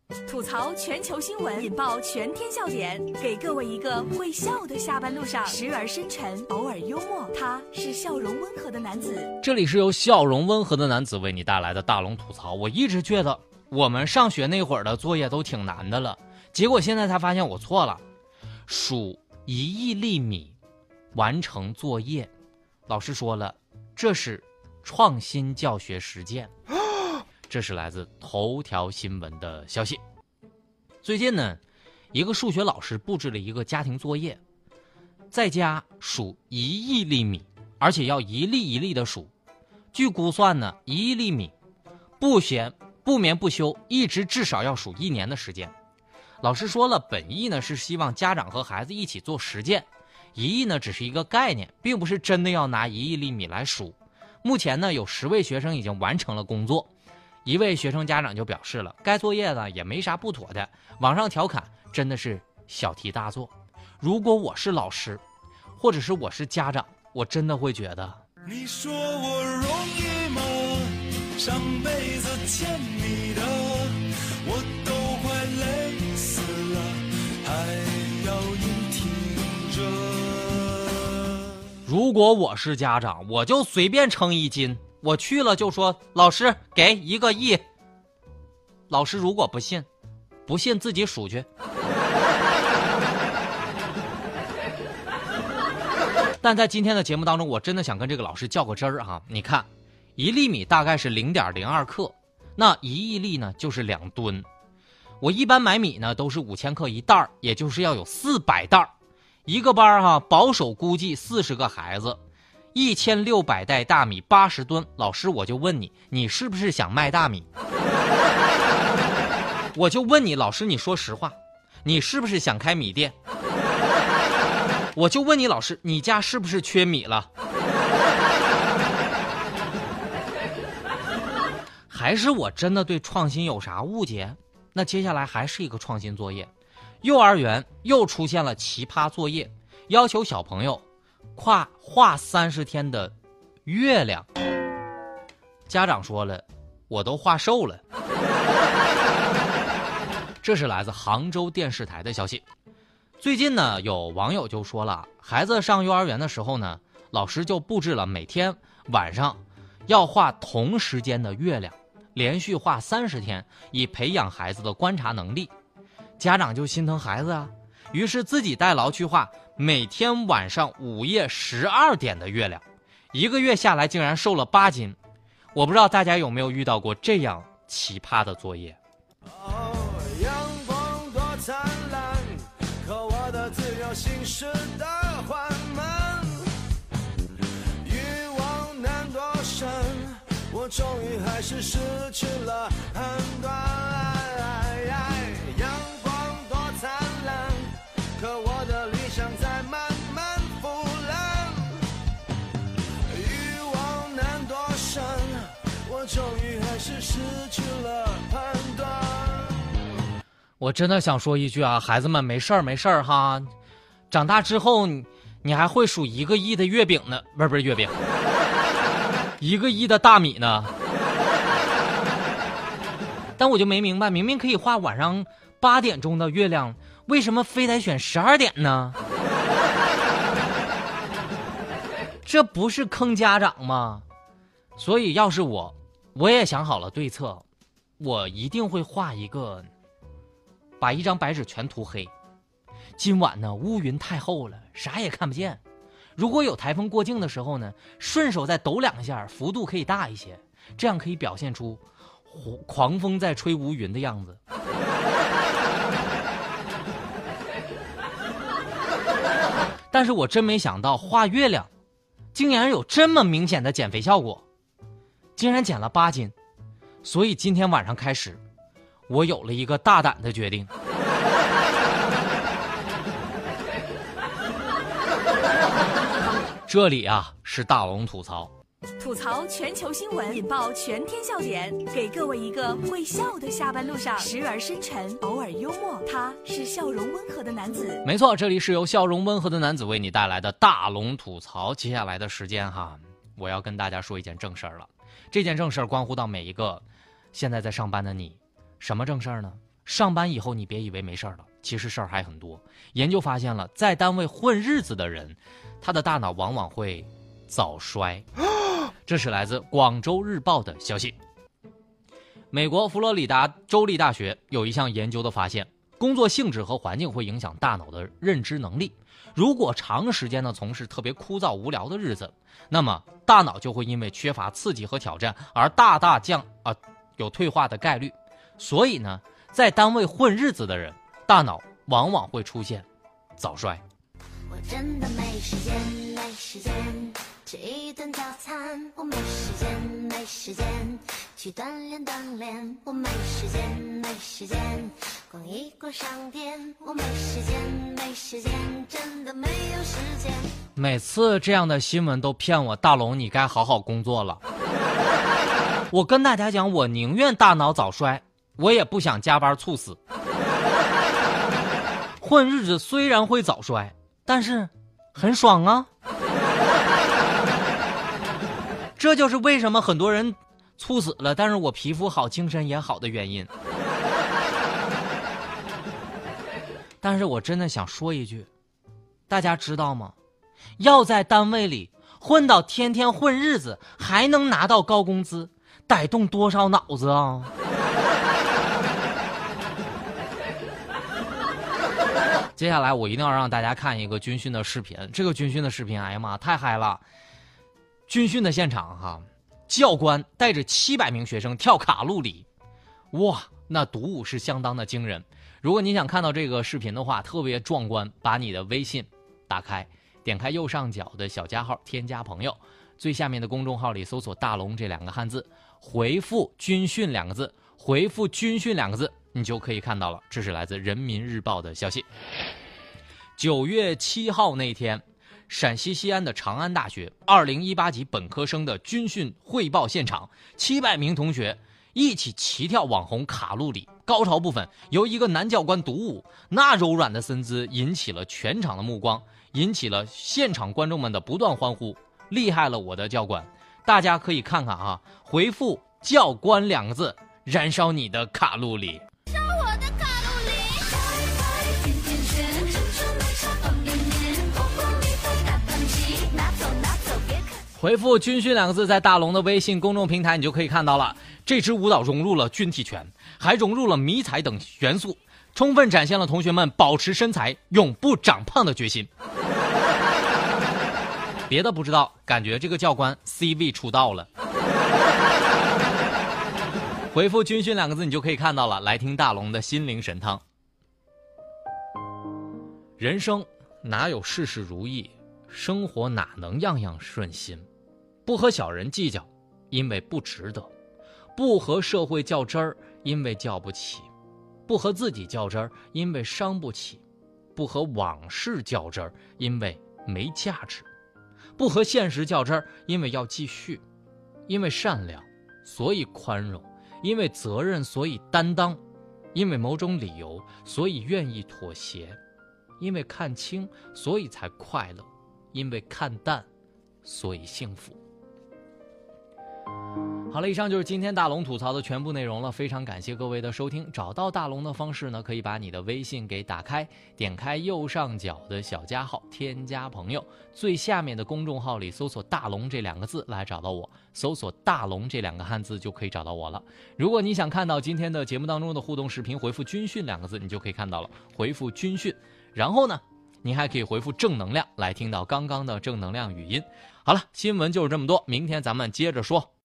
吐槽全球新闻，引爆全天笑点，给各位一个会笑的下班路上，时而深沉，偶尔幽默。他是笑容温和的男子。 这里是由笑容温和的男子为你带来的大龙吐槽。我一直觉得我们上学那会儿的作业都挺难的了，结果现在才发现我错了。数1亿粒米完成作业，老师说了，这是创新教学实践。这是来自头条新闻的消息。最近呢，一个数学老师布置了一个家庭作业，在家数1亿粒米，而且要一粒一粒的数。据估算呢，1亿粒米不眠不休，一直至少要数1年的时间。老师说了，本意呢是希望家长和孩子一起做实践，1亿呢只是一个概念，并不是真的要拿1亿粒米来数。目前呢，有10位学生已经完成了工作。一位学生家长就表示了，该作业呢也没啥不妥的，网上调侃真的是小题大做。如果我是老师，或者是我是家长，我真的会觉得， 你说我容易吗？上辈子欠你的，我都快累死了，还要硬挺着。 如果我是家长，我就随便称1斤，我去了就说，老师给1个亿。老师如果不信自己数去。但在今天的节目当中，我真的想跟这个老师较个真儿哈。你看，1粒米大概是0.02克，那1亿粒呢就是2吨。我一般买米呢都是5000克一袋，也就是要有400袋。一个班哈，保守估计40个孩子，1600袋大米80吨。老师，我就问你，你是不是想卖大米？我就问你，老师，你说实话，你是不是想开米店？我就问你，老师，你家是不是缺米了？还是我真的对创新有啥误解？那接下来还是一个创新作业，幼儿园又出现了奇葩作业，要求小朋友画30天的月亮。家长说了，我都画瘦了。这是来自杭州电视台的消息。最近呢，有网友就说了，孩子上幼儿园的时候呢，老师就布置了每天晚上要画同时间的月亮，连续画30天，以培养孩子的观察能力。家长就心疼孩子啊，于是自己代劳去画每天晚上午夜12点的月亮，1个月下来竟然瘦了8斤。我不知道大家有没有遇到过这样奇葩的作业。 阳光多灿烂，可我的自由行驶的缓慢，欲望难多深，我终于还是失去了判断。阳光多灿烂，可我的理想在慢慢腐烂，欲望难多深，我终于还是失去了判断。 我真的想说一句啊，孩子们没事儿哈，长大之后你还会数1个亿的月饼呢，不是月饼，1个亿的大米呢。但我就没明白，明明可以画晚上8点钟的月亮，为什么非得选12点呢？这不是坑家长吗？所以要是我也想好了对策，我一定会画一个，把一张白纸全涂黑。今晚呢，乌云太厚了，啥也看不见。如果有台风过境的时候呢，顺手再抖2下，幅度可以大一些，这样可以表现出狂风在吹乌云的样子。但是我真没想到画月亮竟然有这么明显的减肥效果，竟然减了8斤。所以今天晚上开始，我有了一个大胆的决定。这里啊是大龙吐槽， 吐槽全球新闻，引爆全天笑点，给各位一个会笑的下班路上，时而深沉，偶尔幽默。他是笑容温和的男子。 没错，这里是由笑容温和的男子为你带来的大龙吐槽。接下来的时间哈，我要跟大家说一件正事儿了。这件正事儿关乎到每一个现在在上班的你。什么正事儿呢？ 上班以后你别以为没事了，其实事儿还很多。研究发现了，在单位混日子的人，他的大脑往往会早衰。这是来自广州日报的消息。美国佛罗里达州立大学有一项研究的发现，工作性质和环境会影响大脑的认知能力。如果长时间的从事特别枯燥无聊的日子，那么大脑就会因为缺乏刺激和挑战而大大有退化的概率。所以呢，在单位混日子的人，大脑往往会出现早衰。 我真的没时间吃一顿早餐，我没时间去锻炼，我没时间逛一逛商店，我没时间真的没有时间。 每次这样的新闻都骗我，大龙你该好好工作了。我跟大家讲，我宁愿大脑早衰，我也不想加班猝死。混日子虽然会早衰，但是很爽啊。这就是为什么很多人猝死了，但是我皮肤好精神也好的原因。但是我真的想说一句，大家知道吗？要在单位里混到天天混日子还能拿到高工资，得动多少脑子啊。接下来我一定要让大家看一个军训的视频，这个军训的视频哎呀妈太嗨了。军训的现场哈，教官带着700名学生跳卡路里，哇，那独舞是相当的惊人。如果你想看到这个视频的话，特别壮观，把你的微信打开，点开右上角的小加号，添加朋友，最下面的公众号里搜索大龙这2个汉字，回复军训2个字，回复军训2个字，你就可以看到了。这是来自人民日报的消息。9月7号那天，陕西西安的长安大学2018级本科生的军训汇报现场，700名同学一起齐跳网红卡路里，高潮部分由一个男教官独舞，那柔软的身姿引起了全场的目光，引起了现场观众们的不断欢呼，厉害了我的教官。大家可以看看啊，回复教官2个字，燃烧你的卡路里。回复军训2个字，在大龙的微信公众平台你就可以看到了。这支舞蹈融入了军体拳，还融入了迷彩等元素，充分展现了同学们保持身材永不长胖的决心。别的不知道，感觉这个教官 C 位出道了。回复军训2个字你就可以看到了。来听大龙的心灵神汤。人生哪有事事如意，生活哪能样样顺心。不和小人计较，因为不值得；不和社会较真儿，因为较不起；不和自己较真儿，因为伤不起；不和往事较真儿，因为没价值；不和现实较真儿，因为要继续；因为善良，所以宽容；因为责任，所以担当；因为某种理由，所以愿意妥协；因为看清，所以才快乐；因为看淡，所以幸福。好了，以上就是今天大龙吐槽的全部内容了，非常感谢各位的收听。找到大龙的方式呢，可以把你的微信给打开，点开右上角的小加号，添加朋友，最下面的公众号里搜索大龙这2个字来找到我，搜索大龙这2个汉字就可以找到我了。如果你想看到今天的节目当中的互动视频，回复军训2个字你就可以看到了，回复军训，然后呢您还可以回复正能量来听到刚刚的正能量语音。好了，新闻就是这么多，明天咱们接着说。